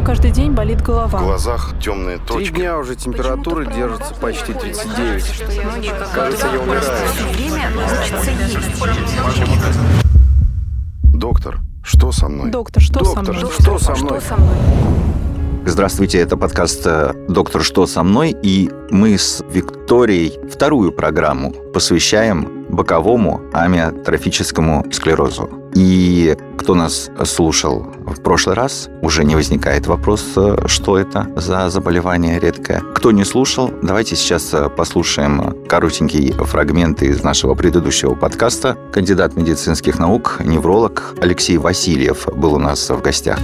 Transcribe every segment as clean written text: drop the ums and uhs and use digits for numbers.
каждый день болит голова. В глазах темные точки. 3 дня уже температура держится почти 39. Кажется, я умираю. Доктор, что со мной? Доктор, что со мной? Что со мной? Здравствуйте, это подкаст «Доктор, что со мной?» И мы с Викторией вторую программу посвящаем боковому амиотрофическому склерозу. И кто нас слушал в прошлый раз, уже не возникает вопрос, что это за заболевание редкое. Кто не слушал, давайте сейчас послушаем коротенький фрагмент из нашего предыдущего подкаста. Кандидат медицинских наук, невролог Алексей Васильев был у нас в гостях.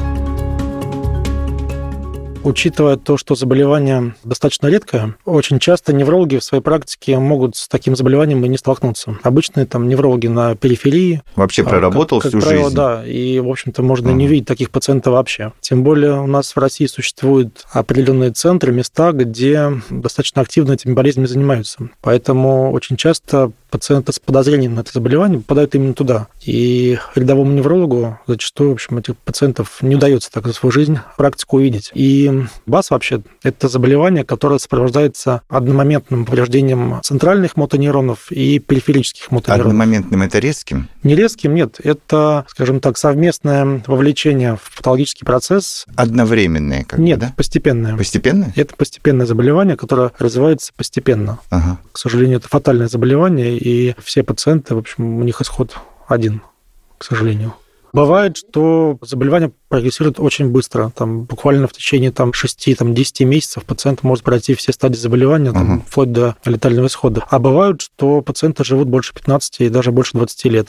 Учитывая то, что заболевание достаточно редкое, очень часто неврологи в своей практике могут с таким заболеванием и не столкнуться. Обычные там неврологи на периферии. Вообще проработал как всю правило, жизнь. Да, и, в общем-то, можно не видеть таких пациентов вообще. Тем более у нас в России существуют определенные центры, места, где достаточно активно этими болезнями занимаются. Поэтому очень часто пациенты с подозрением на это заболевание попадают именно туда. И рядовому неврологу зачастую, в общем, этих пациентов не удается так за свою жизнь практику увидеть. И БАС вообще – это заболевание, которое сопровождается одномоментным повреждением центральных мотонейронов и периферических мотонейронов. Одномоментным – это резким? Не резким, нет. Это, скажем так, совместное вовлечение в патологический процесс. Одновременное, как Нет, бы, да? постепенное. Постепенно? Это постепенное заболевание, которое развивается постепенно. Ага. К сожалению, это фатальное заболевание, и все пациенты, в общем, у них исход один, к сожалению. Бывает, что заболевание прогрессирует очень быстро. Там, буквально в течение 6-10 месяцев пациент может пройти все стадии заболевания, вплоть до летального исхода. А бывают, что пациенты живут больше 15 и даже больше 20 лет.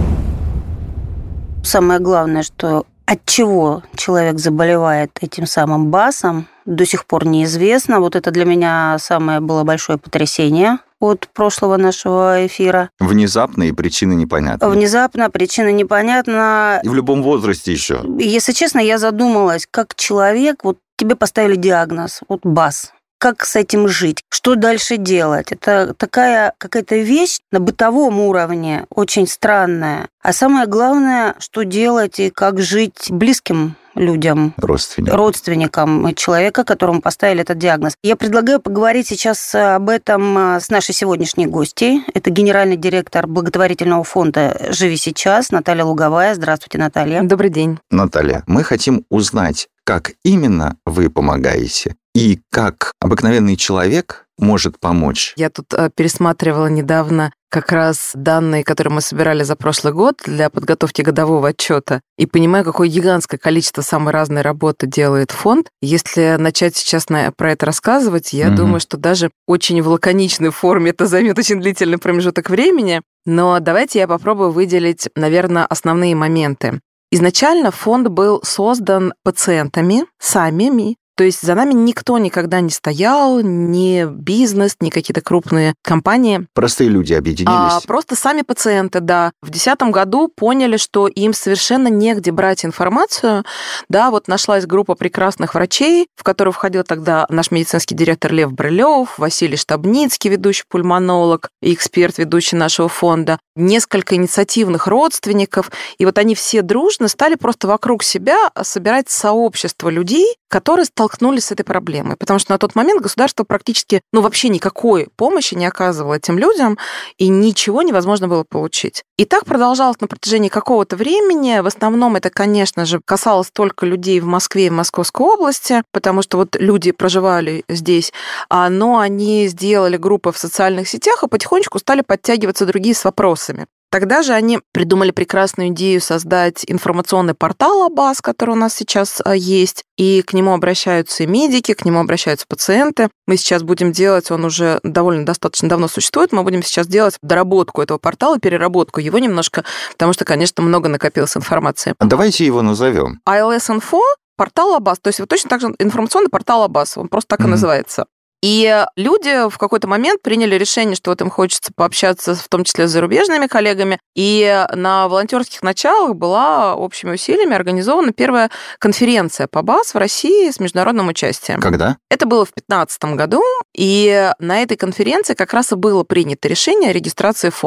Самое главное, что от чего человек заболевает этим самым БАСом, до сих пор неизвестно. Вот это для меня самое было большое потрясение от прошлого нашего эфира. Внезапно и причина непонятна. Внезапно, причина непонятна. И в любом возрасте еще. Если честно, я задумалась, как человек, вот тебе поставили диагноз, вот БАС. Как с этим жить? Что дальше делать? Это такая какая-то вещь на бытовом уровне, очень странная. А самое главное, что делать и как жить близким людям, родственникам человека, которому поставили этот диагноз. Я предлагаю поговорить сейчас об этом с нашей сегодняшней гостьей. Это генеральный директор благотворительного фонда «Живи сейчас» Наталья Луговая. Здравствуйте, Наталья. Добрый день. Наталья, мы хотим узнать, как именно вы помогаете и как обыкновенный человек может помочь. Я тут пересматривала недавно как раз данные, которые мы собирали за прошлый год для подготовки годового отчета, и понимаю, какое гигантское количество самой разной работы делает фонд. Если начать сейчас про это рассказывать, я думаю, что даже очень в лаконичной форме это займет очень длительный промежуток времени. Но давайте я попробую выделить, наверное, основные моменты. Изначально фонд был создан пациентами самими. То есть за нами никто никогда не стоял, ни бизнес, ни какие-то крупные компании. Простые люди объединились. Просто сами пациенты, да. В 2010 году поняли, что им совершенно негде брать информацию. Да, вот нашлась группа прекрасных врачей, в которую входил тогда наш медицинский директор Лев Брылев, Василий Штабницкий, ведущий пульмонолог и эксперт, ведущий нашего фонда, несколько инициативных родственников. И вот они все дружно стали просто вокруг себя собирать сообщество людей, которые столкнулись с этой проблемой. Потому что на тот момент государство практически, вообще никакой помощи не оказывало этим людям, и ничего невозможно было получить. И так продолжалось на протяжении какого-то времени. В основном это, конечно же, касалось только людей в Москве и в Московской области, потому что вот люди проживали здесь, но они сделали группы в социальных сетях, и потихонечку стали подтягиваться другие с вопросами. Тогда же они придумали прекрасную идею создать информационный портал о БАС, который у нас сейчас есть, и к нему обращаются и медики, к нему обращаются пациенты. Мы сейчас будем делать, он уже довольно достаточно давно существует, мы будем сейчас делать доработку этого портала, переработку его немножко, потому что, конечно, много накопилось информации. Давайте его назовем. ILS-Info, портал о БАС, то есть вот точно так же информационный портал о БАС, он просто так и называется. И люди в какой-то момент приняли решение, что вот им хочется пообщаться, в том числе с зарубежными коллегами. И на волонтерских началах была общими усилиями организована первая конференция по БАС в России с международным участием. Когда? Это было в 2015 году, и на этой конференции как раз и было принято решение о регистрации фонда.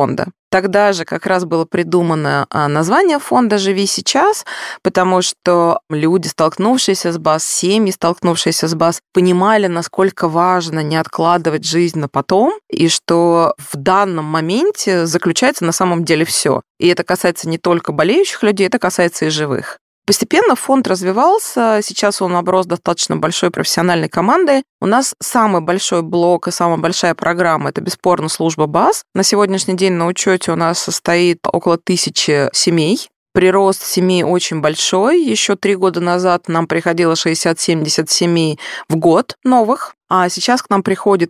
Тогда же как раз было придумано название фонда «Живи сейчас», потому что люди, столкнувшиеся с БАС, семьи, столкнувшиеся с БАС, понимали, насколько важно не откладывать жизнь на потом, и что в данном моменте заключается на самом деле все. И это касается не только болеющих людей, это касается и живых. Постепенно фонд развивался, сейчас он оброс достаточно большой профессиональной командой. У нас самый большой блок и самая большая программа – это бесспорно служба БАС. На сегодняшний день на учете у нас состоит около 1000 семей. Прирост семей очень большой. Еще 3 года назад нам приходило 60-70 семей в год новых, а сейчас к нам приходит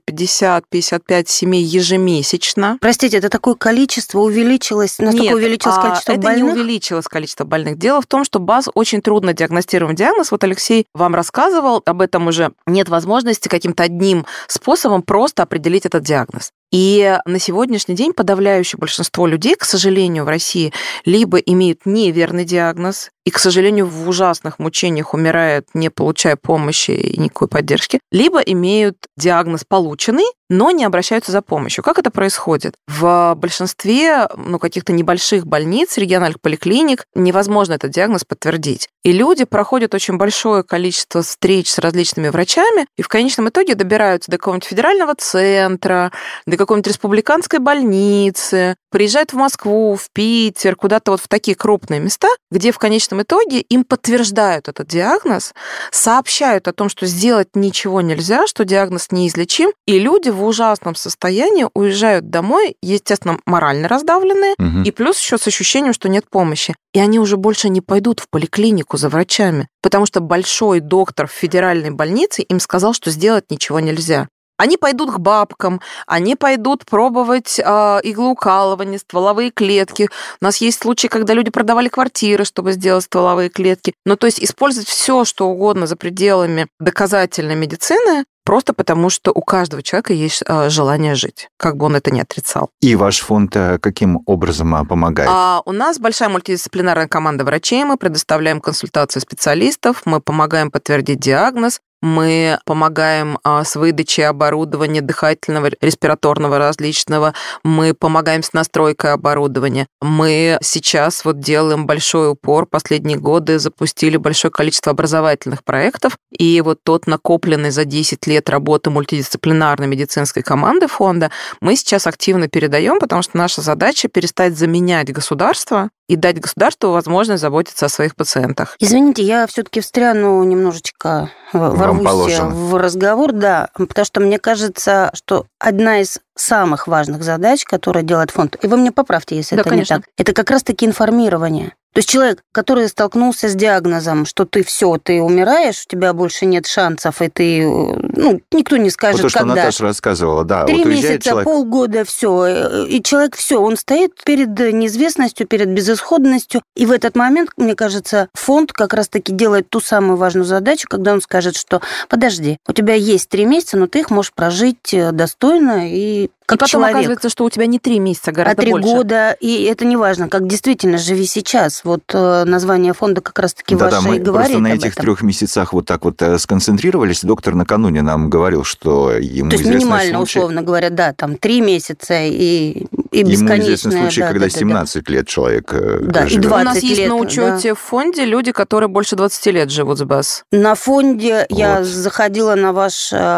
50-55 семей ежемесячно. Простите, это такое количество увеличилось? Настолько увеличилось количество больных? Это не увеличилось количество больных. Дело в том, что БАС очень трудно диагностируемый диагноз. Вот Алексей вам рассказывал, об этом уже нет возможности каким-то одним способом просто определить этот диагноз. И на сегодняшний день подавляющее большинство людей, к сожалению, в России либо имеют неверный диагноз, и, к сожалению, в ужасных мучениях умирают, не получая помощи и никакой поддержки, либо имеют диагноз полученный, но не обращаются за помощью. Как это происходит? В большинстве каких-то небольших больниц, региональных поликлиник невозможно этот диагноз подтвердить. И люди проходят очень большое количество встреч с различными врачами и в конечном итоге добираются до какого-нибудь федерального центра, до какой-нибудь республиканской больницы, приезжают в Москву, в Питер, куда-то вот в такие крупные места, где в конечном итоге им подтверждают этот диагноз, сообщают о том, что сделать ничего нельзя, что диагноз неизлечим, и люди в ужасном состоянии уезжают домой, естественно, морально раздавленные, и плюс еще с ощущением, что нет помощи. И они уже больше не пойдут в поликлинику за врачами, потому что большой доктор в федеральной больнице им сказал, что сделать ничего нельзя. Они пойдут к бабкам, они пойдут пробовать иглоукалывание, стволовые клетки. У нас есть случаи, когда люди продавали квартиры, чтобы сделать стволовые клетки. То есть использовать все, что угодно за пределами доказательной медицины, просто потому что у каждого человека есть желание жить, как бы он это ни отрицал. И ваш фонд каким образом помогает? У нас большая мультидисциплинарная команда врачей, мы предоставляем консультации специалистов, мы помогаем подтвердить диагноз, мы помогаем с выдачей оборудования дыхательного, респираторного различного, мы помогаем с настройкой оборудования. Мы сейчас делаем большой упор, последние годы запустили большое количество образовательных проектов, и тот накопленный за 10 лет работы мультидисциплинарной медицинской команды фонда мы сейчас активно передаем, потому что наша задача перестать заменять государство и дать государству возможность заботиться о своих пациентах. Извините, я все-таки встряну немножечко, ворвусь в разговор, да, потому что мне кажется, что одна из самых важных задач, которую делает фонд, и вы мне поправьте, если это конечно. Не так, это как раз-таки информирование. То есть человек, который столкнулся с диагнозом, что ты умираешь, у тебя больше нет шансов, и ты, никто не скажет, то, что когда. Наташа рассказывала, да. 3 месяца, полгода, все, и человек он стоит перед неизвестностью, перед безысходностью, и в этот момент, мне кажется, фонд как раз-таки делает ту самую важную задачу, когда он скажет, что подожди, у тебя есть 3 месяца, но ты их можешь прожить достойно и как потом человек. Оказывается, что у тебя не 3 месяца, гораздо больше. 3 года, и это не важно, как действительно «Живи сейчас». Название фонда как раз-таки ваше и говорит об этом. Да, мы просто на этих 3 месяцах сконцентрировались. Доктор накануне нам говорил, что ему То есть известны минимально, случаи... условно говоря, да, 3 месяца и бесконечная... Ему известны случаи, когда 17 лет человек да, живет. И 20 у нас есть лет, на учете в фонде люди, которые больше 20 лет живут с БАС. На фонде я заходила на ваш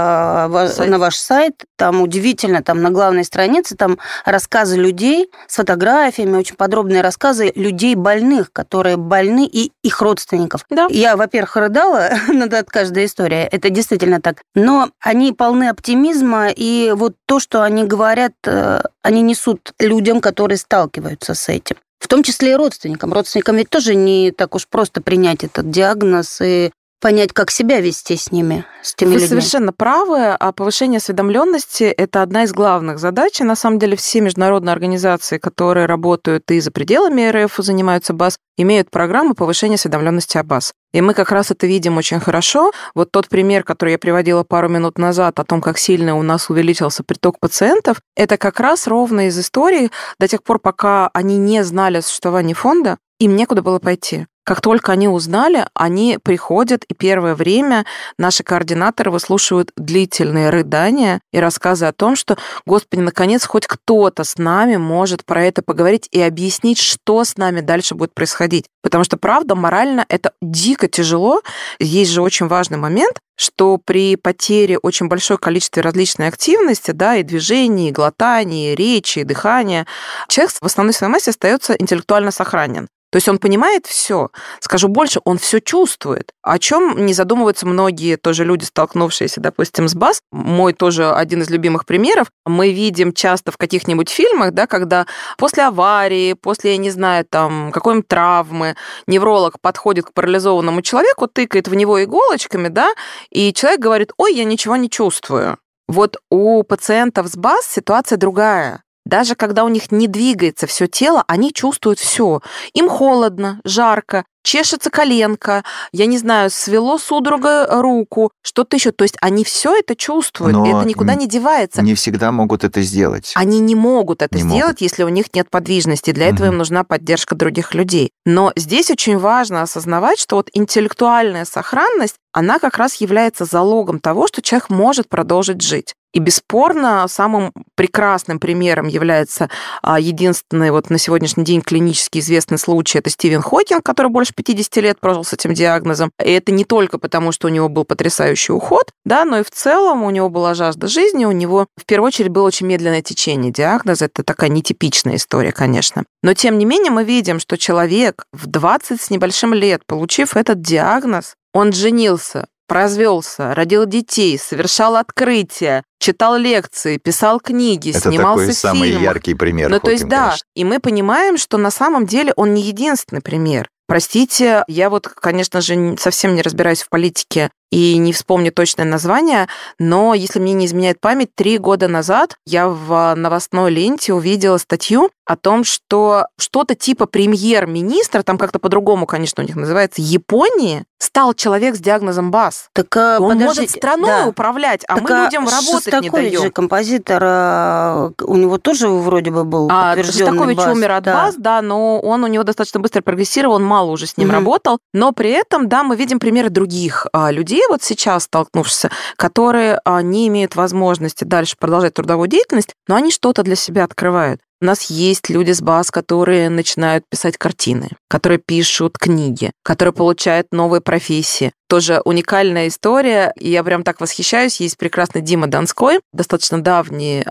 сайт, там удивительно, там на главной странице там рассказы людей с фотографиями, очень подробные рассказы людей больных, которые больны, и их родственников. Да. Я, во-первых, рыдала над каждой историей, это действительно так, но они полны оптимизма, и то, что они говорят, они несут людям, которые сталкиваются с этим. В том числе и родственникам. Родственникам ведь тоже не так уж просто принять этот диагноз и понять, как себя вести с ними, с теми людьми. Вы совершенно правы, а повышение осведомленности – это одна из главных задач. И на самом деле все международные организации, которые работают и за пределами РФ, занимаются БАС, имеют программы повышения осведомленности о БАС. И мы как раз это видим очень хорошо. Тот пример, который я приводила пару минут назад о том, как сильно у нас увеличился приток пациентов, это как раз ровно из истории до тех пор, пока они не знали о существовании фонда, им некуда было пойти. Как только они узнали, они приходят, и первое время наши координаторы выслушивают длительные рыдания и рассказы о том, что, Господи, наконец хоть кто-то с нами может про это поговорить и объяснить, что с нами дальше будет происходить. Потому что, правда, морально это дико тяжело. Есть же очень важный момент, что при потере очень большое количества различной активности, да, и движений, и глотаний, и речи, и дыхания, человек в основной своей массе остается интеллектуально сохранен. То есть он понимает все. Скажу больше, он все чувствует. О чем не задумываются многие тоже люди, столкнувшиеся, допустим, с БАС. Мой тоже один из любимых примеров. Мы видим часто в каких-нибудь фильмах, да, когда после аварии, после, я не знаю, там, какой-нибудь травмы невролог подходит к парализованному человеку, тыкает в него иголочками, да, и человек говорит: ой, я ничего не чувствую. Вот у пациентов с БАС ситуация другая. Даже когда у них не двигается все тело, они чувствуют все. Им холодно, жарко, чешется коленка, я не знаю, свело судорога руку, что-то еще. То есть они все это чувствуют, Но это никуда не девается. Не всегда могут это сделать. Они не могут это сделать, если у них нет подвижности. Для этого им нужна поддержка других людей. Но здесь очень важно осознавать, что вот интеллектуальная сохранность, она как раз является залогом того, что человек может продолжить жить. И бесспорно самым прекрасным примером является единственный вот на сегодняшний день клинически известный случай. Это Стивен Хокинг, который больше 50 лет прожил с этим диагнозом. И это не только потому, что у него был потрясающий уход, да, но и в целом у него была жажда жизни, у него в первую очередь было очень медленное течение диагноза. Это такая нетипичная история, конечно. Но тем не менее мы видим, что человек в 20 с небольшим лет, получив этот диагноз, он женился, развелся, родил детей, совершал открытия, читал лекции, писал книги, снимался в фильмах. Это такой самый яркий пример. Ну, то есть, да, конечно. И мы понимаем, что на самом деле он не единственный пример. Простите, я вот, конечно же, совсем не разбираюсь в политике и не вспомню точное название, но, если мне не изменяет память, 3 года назад я в новостной ленте увидела статью о том, что что-то типа премьер-министра, там как-то по-другому, конечно, у них называется, Японии, стал человек с диагнозом БАС. Так, он может страной управлять, а так, мы людям работать не даем. Же композитор, у него тоже вроде бы был подтвержденный Шостакович БАС. умер от БАС, да, но он у него достаточно быстро прогрессировал, он мало уже с ним работал, но при этом, да, мы видим примеры других людей, вот сейчас столкнувшихся, которые не имеют возможности дальше продолжать трудовую деятельность, но они что-то для себя открывают. У нас есть люди с БАС, которые начинают писать картины, которые пишут книги, которые получают новые профессии. Тоже уникальная история, и я прям так восхищаюсь. Есть прекрасный Дима Донской, достаточно давний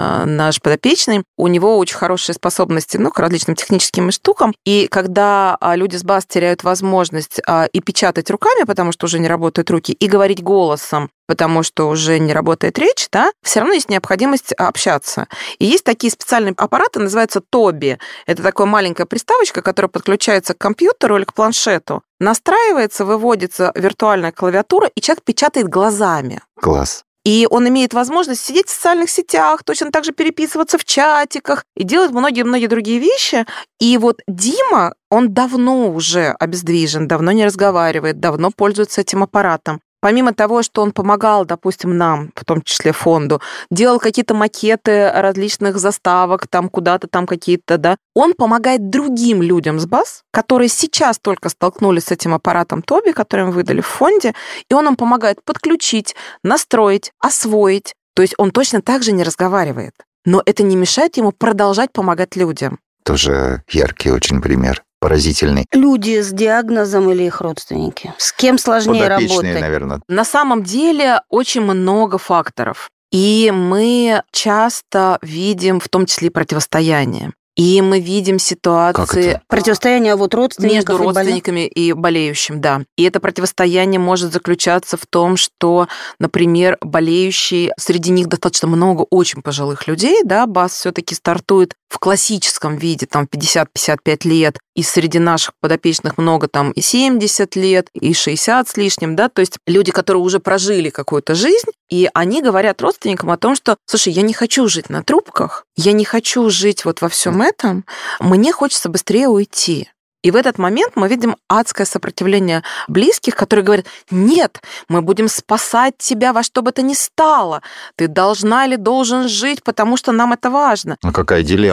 наш подопечный. У него очень хорошие способности к различным техническим штукам. И когда люди с БАС теряют возможность и печатать руками, потому что уже не работают руки, и говорить голосом, потому что уже не работает речь, да, все равно есть необходимость общаться. И есть такие специальные аппараты, называются Тоби. Это такая маленькая приставочка, которая подключается к компьютеру или к планшету, настраивается, выводится виртуальная клавиатура, и человек печатает глазами. Класс. И он имеет возможность сидеть в социальных сетях, точно так же переписываться в чатиках и делать многие-многие другие вещи. И вот Дима, он давно уже обездвижен, давно не разговаривает, давно пользуется этим аппаратом. Помимо того, что он помогал, допустим, нам, в том числе фонду, делал какие-то макеты различных заставок, там куда-то там какие-то, да, он помогает другим людям с БАС, которые сейчас только столкнулись с этим аппаратом Тоби, который им выдали в фонде, и он им помогает подключить, настроить, освоить. То есть он точно так же не разговаривает. Но это не мешает ему продолжать помогать людям. Тоже яркий очень пример. Поразительный. Люди с диагнозом или их родственники? С кем сложнее работать? Наверное. На самом деле очень много факторов. И мы часто видим в том числе и противостояние. И мы видим ситуации... Противостояние родственников между родственниками и болеющим, да. И это противостояние может заключаться в том, что, например, болеющие, среди них достаточно много очень пожилых людей, да, БАС все-таки стартует в классическом виде, там, 50-55 лет, и среди наших подопечных много там и 70 лет, и 60 с лишним, да, то есть люди, которые уже прожили какую-то жизнь, и они говорят родственникам о том, что, слушай, я не хочу жить на трубках, я не хочу жить вот во всем этом, мне хочется быстрее уйти. И в этот момент мы видим адское сопротивление близких, которые говорят: нет, мы будем спасать тебя во что бы то ни стало. Ты должна или должен жить, потому что нам это важно. Ну какая дилемма.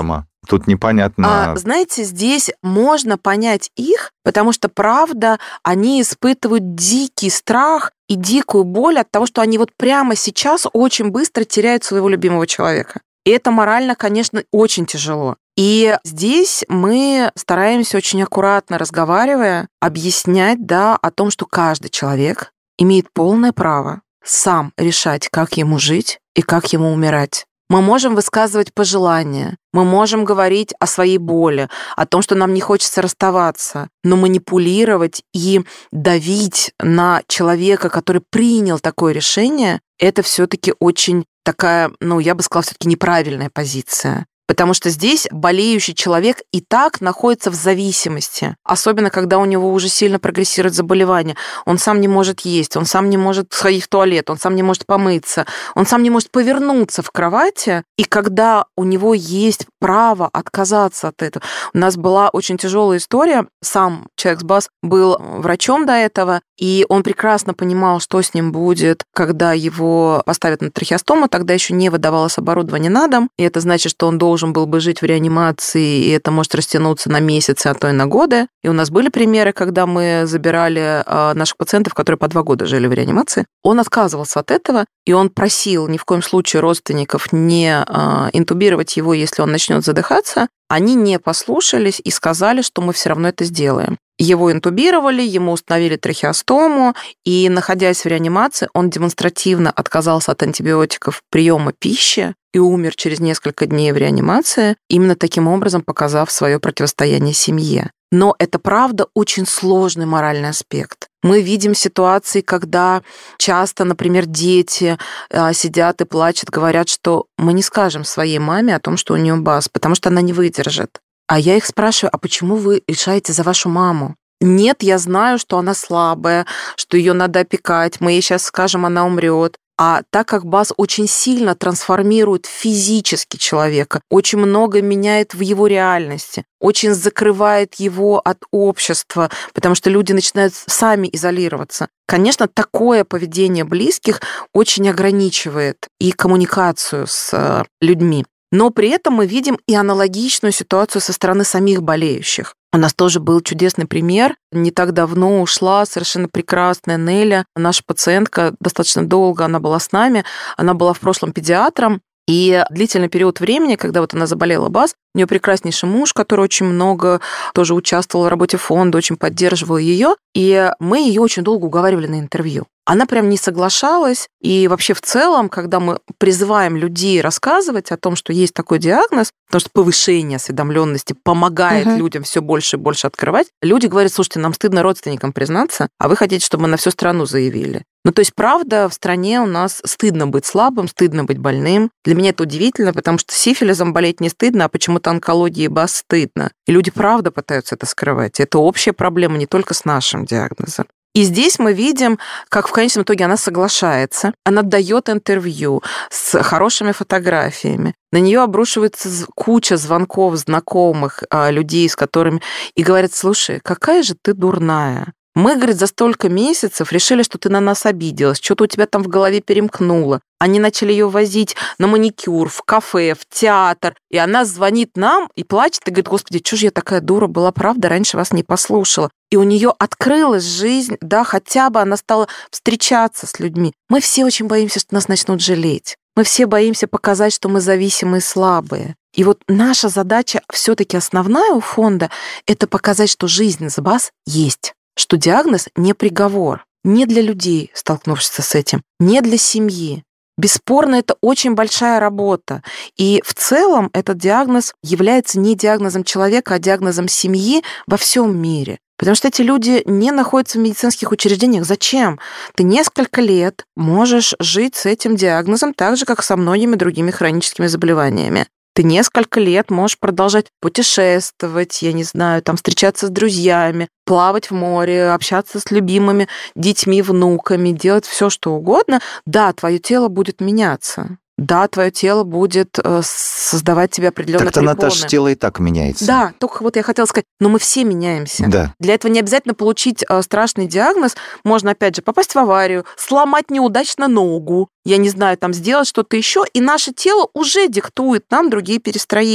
Тут непонятно. Знаете, здесь можно понять их, потому что, правда, они испытывают дикий страх и дикую боль от того, что они вот прямо сейчас очень быстро теряют своего любимого человека. И это морально, конечно, очень тяжело. И здесь мы стараемся очень аккуратно, разговаривая, объяснять, о том, что каждый человек имеет полное право сам решать, как ему жить и как ему умирать. Мы можем высказывать пожелания, мы можем говорить о своей боли, о том, что нам не хочется расставаться, но манипулировать и давить на человека, который принял такое решение, это все-таки очень такая, я бы сказала, все-таки неправильная позиция. Потому что здесь болеющий человек и так находится в зависимости, особенно когда у него уже сильно прогрессирует заболевание. Он сам не может есть, он сам не может сходить в туалет, он сам не может помыться, он сам не может повернуться в кровати. И когда у него есть право отказаться от этого. У нас была очень тяжелая история. Сам человек с БАС был врачом до этого, и он прекрасно понимал, что с ним будет, когда его поставят на трахеостому. Тогда еще не выдавалось оборудование на дом, и это значит, что он должен был бы жить в реанимации, и это может растянуться на месяцы, а то и на годы. И у нас были примеры, когда мы забирали наших пациентов, которые по 2 года жили в реанимации. Он отказывался от этого, и он просил ни в коем случае родственников не интубировать его, если он начнет задыхаться. Они не послушались и сказали, что мы все равно это сделаем. Его интубировали, ему установили трахеостому, и, находясь в реанимации, он демонстративно отказался от антибиотиков, приема пищи и умер через несколько дней в реанимации, именно таким образом показав свое противостояние семье. Но это, правда, очень сложный моральный аспект. Мы видим ситуации, когда часто, например, дети сидят и плачут, говорят, что мы не скажем своей маме о том, что у нее БАС, потому что она не выдержит. А я их спрашиваю, а почему вы решаете за вашу маму? Нет, я знаю, что она слабая, что ее надо опекать, мы ей сейчас скажем, она умрет. А так как БАС очень сильно трансформирует физически человека, очень много меняет в его реальности, очень закрывает его от общества, потому что люди начинают сами изолироваться. Конечно, такое поведение близких очень ограничивает и коммуникацию с людьми. Но при этом мы видим и аналогичную ситуацию со стороны самих болеющих. У нас тоже был чудесный пример. Не так давно ушла совершенно прекрасная Неля, наша пациентка, достаточно долго она была с нами, она была в прошлом педиатром, и длительный период времени, когда вот она заболела БАС, у нее прекраснейший муж, который очень много тоже участвовал в работе фонда, очень поддерживал ее, и мы ее очень долго уговаривали на интервью. Она прям не соглашалась, и вообще в целом, когда мы призываем людей рассказывать о том, что есть такой диагноз, потому что повышение осведомленности помогает людям все больше и больше открывать, люди говорят, слушайте, нам стыдно родственникам признаться, а вы хотите, чтобы мы на всю страну заявили. То есть, правда, в стране у нас стыдно быть слабым, стыдно быть больным. Для меня это удивительно, потому что сифилисом болеть не стыдно, а почему-то онкологией БАС стыдно. И люди, правда, пытаются это скрывать. Это общая проблема не только с нашим диагнозом. И здесь мы видим, как в конечном итоге она соглашается, она дает интервью с хорошими фотографиями, на нее обрушивается куча звонков знакомых людей, с которыми и говорят, слушай, какая же ты дурная. Мы, говорит, за столько месяцев решили, что ты на нас обиделась, что-то у тебя там в голове перемкнуло. Они начали ее возить на маникюр, в кафе, в театр. И она звонит нам и плачет, и говорит, господи, что же я такая дура была, правда, раньше вас не послушала. И у нее открылась жизнь, хотя бы она стала встречаться с людьми. Мы все очень боимся, что нас начнут жалеть. Мы все боимся показать, что мы зависимые и слабые. И вот наша задача все-таки основная у фонда – это показать, что жизнь с БАС есть. Что диагноз не приговор, не для людей, столкнувшихся с этим, не для семьи. Бесспорно, это очень большая работа. И в целом этот диагноз является не диагнозом человека, а диагнозом семьи во всем мире. Потому что эти люди не находятся в медицинских учреждениях. Зачем? Ты несколько лет можешь жить с этим диагнозом так же, как со многими другими хроническими заболеваниями. Ты несколько лет можешь продолжать путешествовать, я не знаю, встречаться с друзьями, плавать в море, общаться с любимыми детьми, внуками, делать все, что угодно. Да, твое тело будет меняться. Да, твое тело будет создавать тебе определенные препоны. Так-то, Наташа, тело и так меняется. Да, только вот я хотела сказать, но мы все меняемся. Да. Для этого не обязательно получить страшный диагноз. Можно, опять же, попасть в аварию, сломать неудачно ногу, я не знаю, сделать что-то еще, и наше тело уже диктует нам другие перестроения.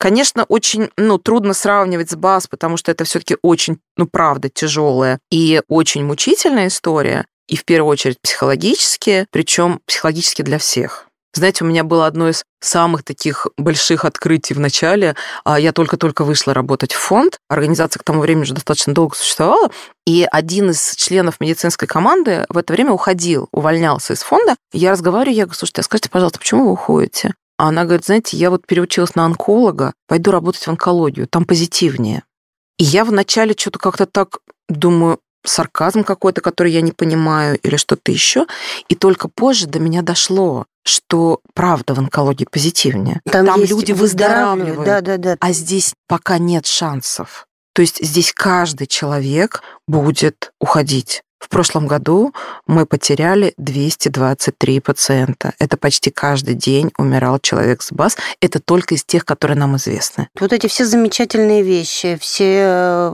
Конечно, очень трудно сравнивать с БАС, потому что это все-таки очень, правда, тяжелая и очень мучительная история, и в первую очередь психологически, причем психологически для всех. Знаете, у меня было одно из самых таких больших открытий в начале. Я только-только вышла работать в фонд. Организация к тому времени уже достаточно долго существовала. И один из членов медицинской команды в это время увольнялся из фонда. Я разговариваю, я говорю, слушайте, скажите, пожалуйста, почему вы уходите? А она говорит, знаете, я переучилась на онколога, пойду работать в онкологию, там позитивнее. И я вначале что-то как-то так думаю, сарказм какой-то, который я не понимаю, или что-то еще. И только позже до меня дошло, что правда в онкологии позитивнее. Там люди выздоравливают, да. А здесь пока нет шансов. То есть здесь каждый человек будет уходить. В прошлом году мы потеряли 223 пациента. Это почти каждый день умирал человек с БАС. Это только из тех, которые нам известны. Вот эти все замечательные вещи, все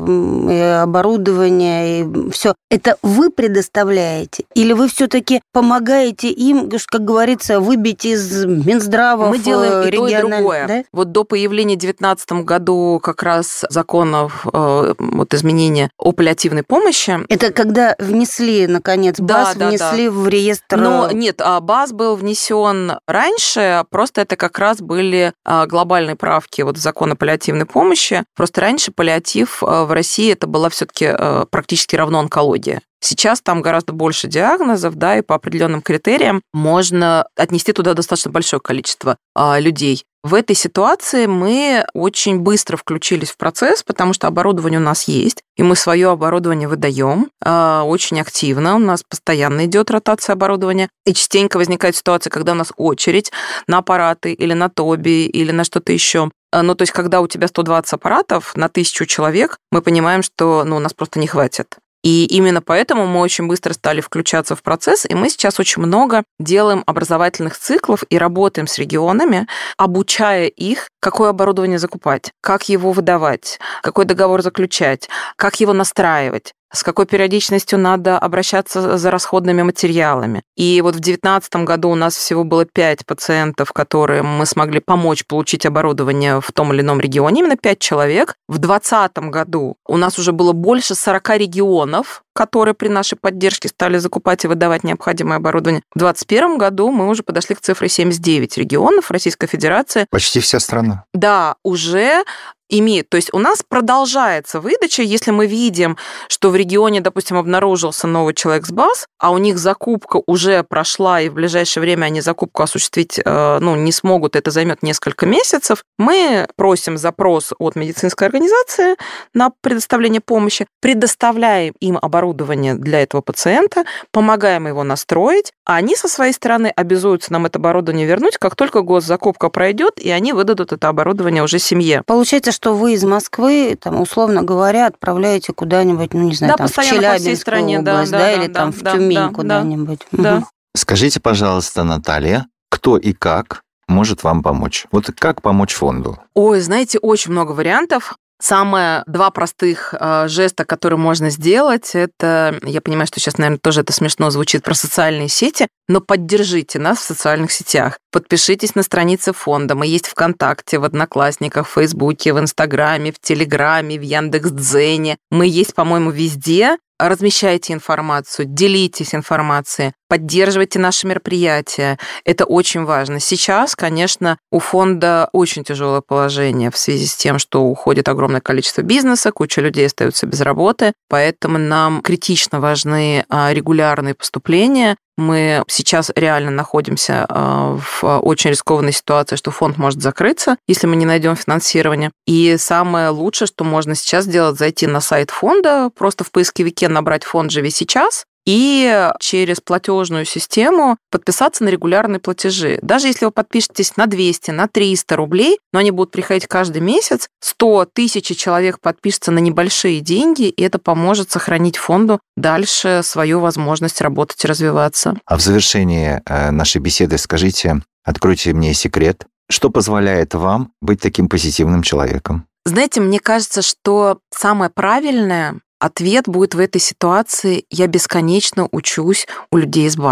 оборудование и все. Это вы предоставляете? Или вы все-таки помогаете им, как говорится, выбить из Минздрава? Мы делаем и то, и другое. Да? Вот до появления в 2019 году как раз законов изменения о паллиативной помощи. Это когда внесли, наконец, БАС внесли в реестр... Но нет, БАС был внесен раньше, просто это как раз были глобальные правки в закон о паллиативной помощи. Просто раньше паллиатив в России это была все-таки практически равно онкология. Сейчас там гораздо больше диагнозов, и по определенным критериям можно отнести туда достаточно большое количество людей. В этой ситуации мы очень быстро включились в процесс, потому что оборудование у нас есть, и мы свое оборудование выдаем очень активно. У нас постоянно идет ротация оборудования, и частенько возникает ситуация, когда у нас очередь на аппараты или на ТОБИ, или на что-то еще. То есть, когда у тебя 120 аппаратов на 1000 человек, мы понимаем, что у нас просто не хватит. И именно поэтому мы очень быстро стали включаться в процесс, и мы сейчас очень много делаем образовательных циклов и работаем с регионами, обучая их, какое оборудование закупать, как его выдавать, какой договор заключать, как его настраивать, с какой периодичностью надо обращаться за расходными материалами. И в 2019 году у нас всего было 5 пациентов, которым мы смогли помочь получить оборудование в том или ином регионе, именно 5 человек. В 2020 году у нас уже было больше 40 регионов, которые при нашей поддержке стали закупать и выдавать необходимое оборудование. В 2021 году мы уже подошли к цифре 79 регионов Российской Федерации. Почти вся страна. Да, уже имеет. То есть у нас продолжается выдача, если мы видим, что в регионе, допустим, обнаружился новый человек с БАС, а у них закупка уже прошла, и в ближайшее время они закупку осуществить не смогут, это займет несколько месяцев, мы просим запрос от медицинской организации на предоставление помощи, предоставляем им оборудование для этого пациента, помогаем его настроить, а они со своей стороны обязуются нам это оборудование вернуть, как только госзакупка пройдет, и они выдадут это оборудование уже семье. Получается, что вы из Москвы, условно говоря, отправляете куда-нибудь, в Челябинскую область, или в Тюмень куда-нибудь. Да. Скажите, пожалуйста, Наталья, кто и как может вам помочь? Как помочь фонду? Ой, знаете, очень много вариантов. Самые 2 простых жеста, которые можно сделать, это, я понимаю, что сейчас, наверное, тоже это смешно звучит, про социальные сети, но поддержите нас в социальных сетях. Подпишитесь на страницы фонда. Мы есть ВКонтакте, в Одноклассниках, в Фейсбуке, в Инстаграме, в Телеграме, в Яндекс.Дзене. Мы есть, по-моему, везде. Размещайте информацию, делитесь информацией, поддерживайте наши мероприятия. Это очень важно. Сейчас, конечно, у фонда очень тяжелое положение в связи с тем, что уходит огромное количество бизнеса, куча людей остаются без работы, поэтому нам критично важны регулярные поступления. Мы сейчас реально находимся в очень рискованной ситуации, что фонд может закрыться, если мы не найдем финансирование. И самое лучшее, что можно сейчас сделать, зайти на сайт фонда, просто в поисковике набрать «Фонд «Живи сейчас», и через платежную систему подписаться на регулярные платежи. Даже если вы подпишетесь на 200, на 300 рублей, но они будут приходить каждый месяц, 100 тысяч человек подпишутся на небольшие деньги, и это поможет сохранить фонду дальше свою возможность работать и развиваться. А в завершении нашей беседы скажите, откройте мне секрет, что позволяет вам быть таким позитивным человеком? Знаете, мне кажется, что самое правильное ответ будет в этой ситуации: я бесконечно учусь у людей с БАС.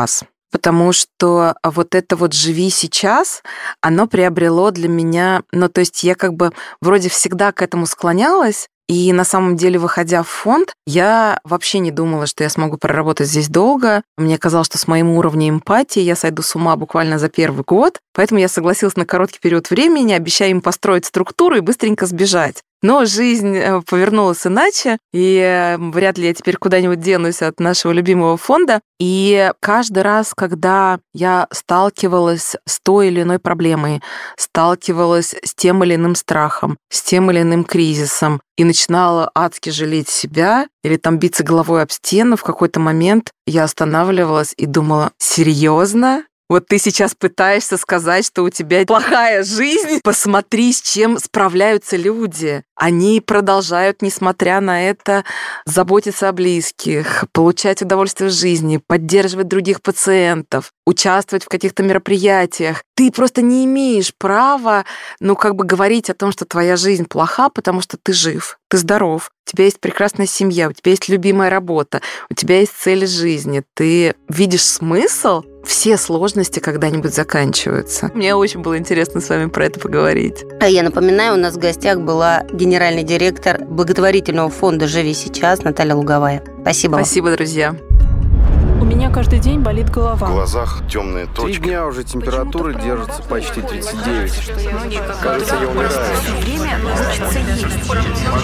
потому что вот это вот «живи сейчас», оно приобрело для меня... то есть я как бы вроде всегда к этому склонялась, и на самом деле, выходя в фонд, я вообще не думала, что я смогу проработать здесь долго. Мне казалось, что с моим уровнем эмпатии я сойду с ума буквально за первый год. Поэтому я согласилась на короткий период времени, обещая им построить структуру и быстренько сбежать. Но жизнь повернулась иначе, и вряд ли я теперь куда-нибудь денусь от нашего любимого фонда. И каждый раз, когда я сталкивалась с той или иной проблемой, сталкивалась с тем или иным страхом, с тем или иным кризисом, и начинала адски жалеть себя или там биться головой об стену, в какой-то момент я останавливалась и думала: серьезно? Вот ты сейчас пытаешься сказать, что у тебя плохая жизнь? Посмотри, с чем справляются люди. Они продолжают, несмотря на это, заботиться о близких, получать удовольствие в жизни, поддерживать других пациентов, участвовать в каких-то мероприятиях. Ты просто не имеешь права, говорить о том, что твоя жизнь плоха, потому что ты жив, ты здоров, у тебя есть прекрасная семья, у тебя есть любимая работа, у тебя есть цель жизни, ты видишь смысл, все сложности когда-нибудь заканчиваются. Мне очень было интересно с вами про это поговорить. А я напоминаю, у нас в гостях была генеральный директор благотворительного фонда «Живи сейчас» Наталья Луговая. Спасибо вам. Спасибо, друзья. У меня каждый день болит голова. В глазах темные 3 точки. дня уже температура держится почти 39. Кажется, я умираю.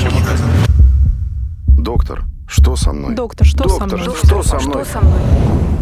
Доктор, что со мной? Доктор, что со мной? Что со мной?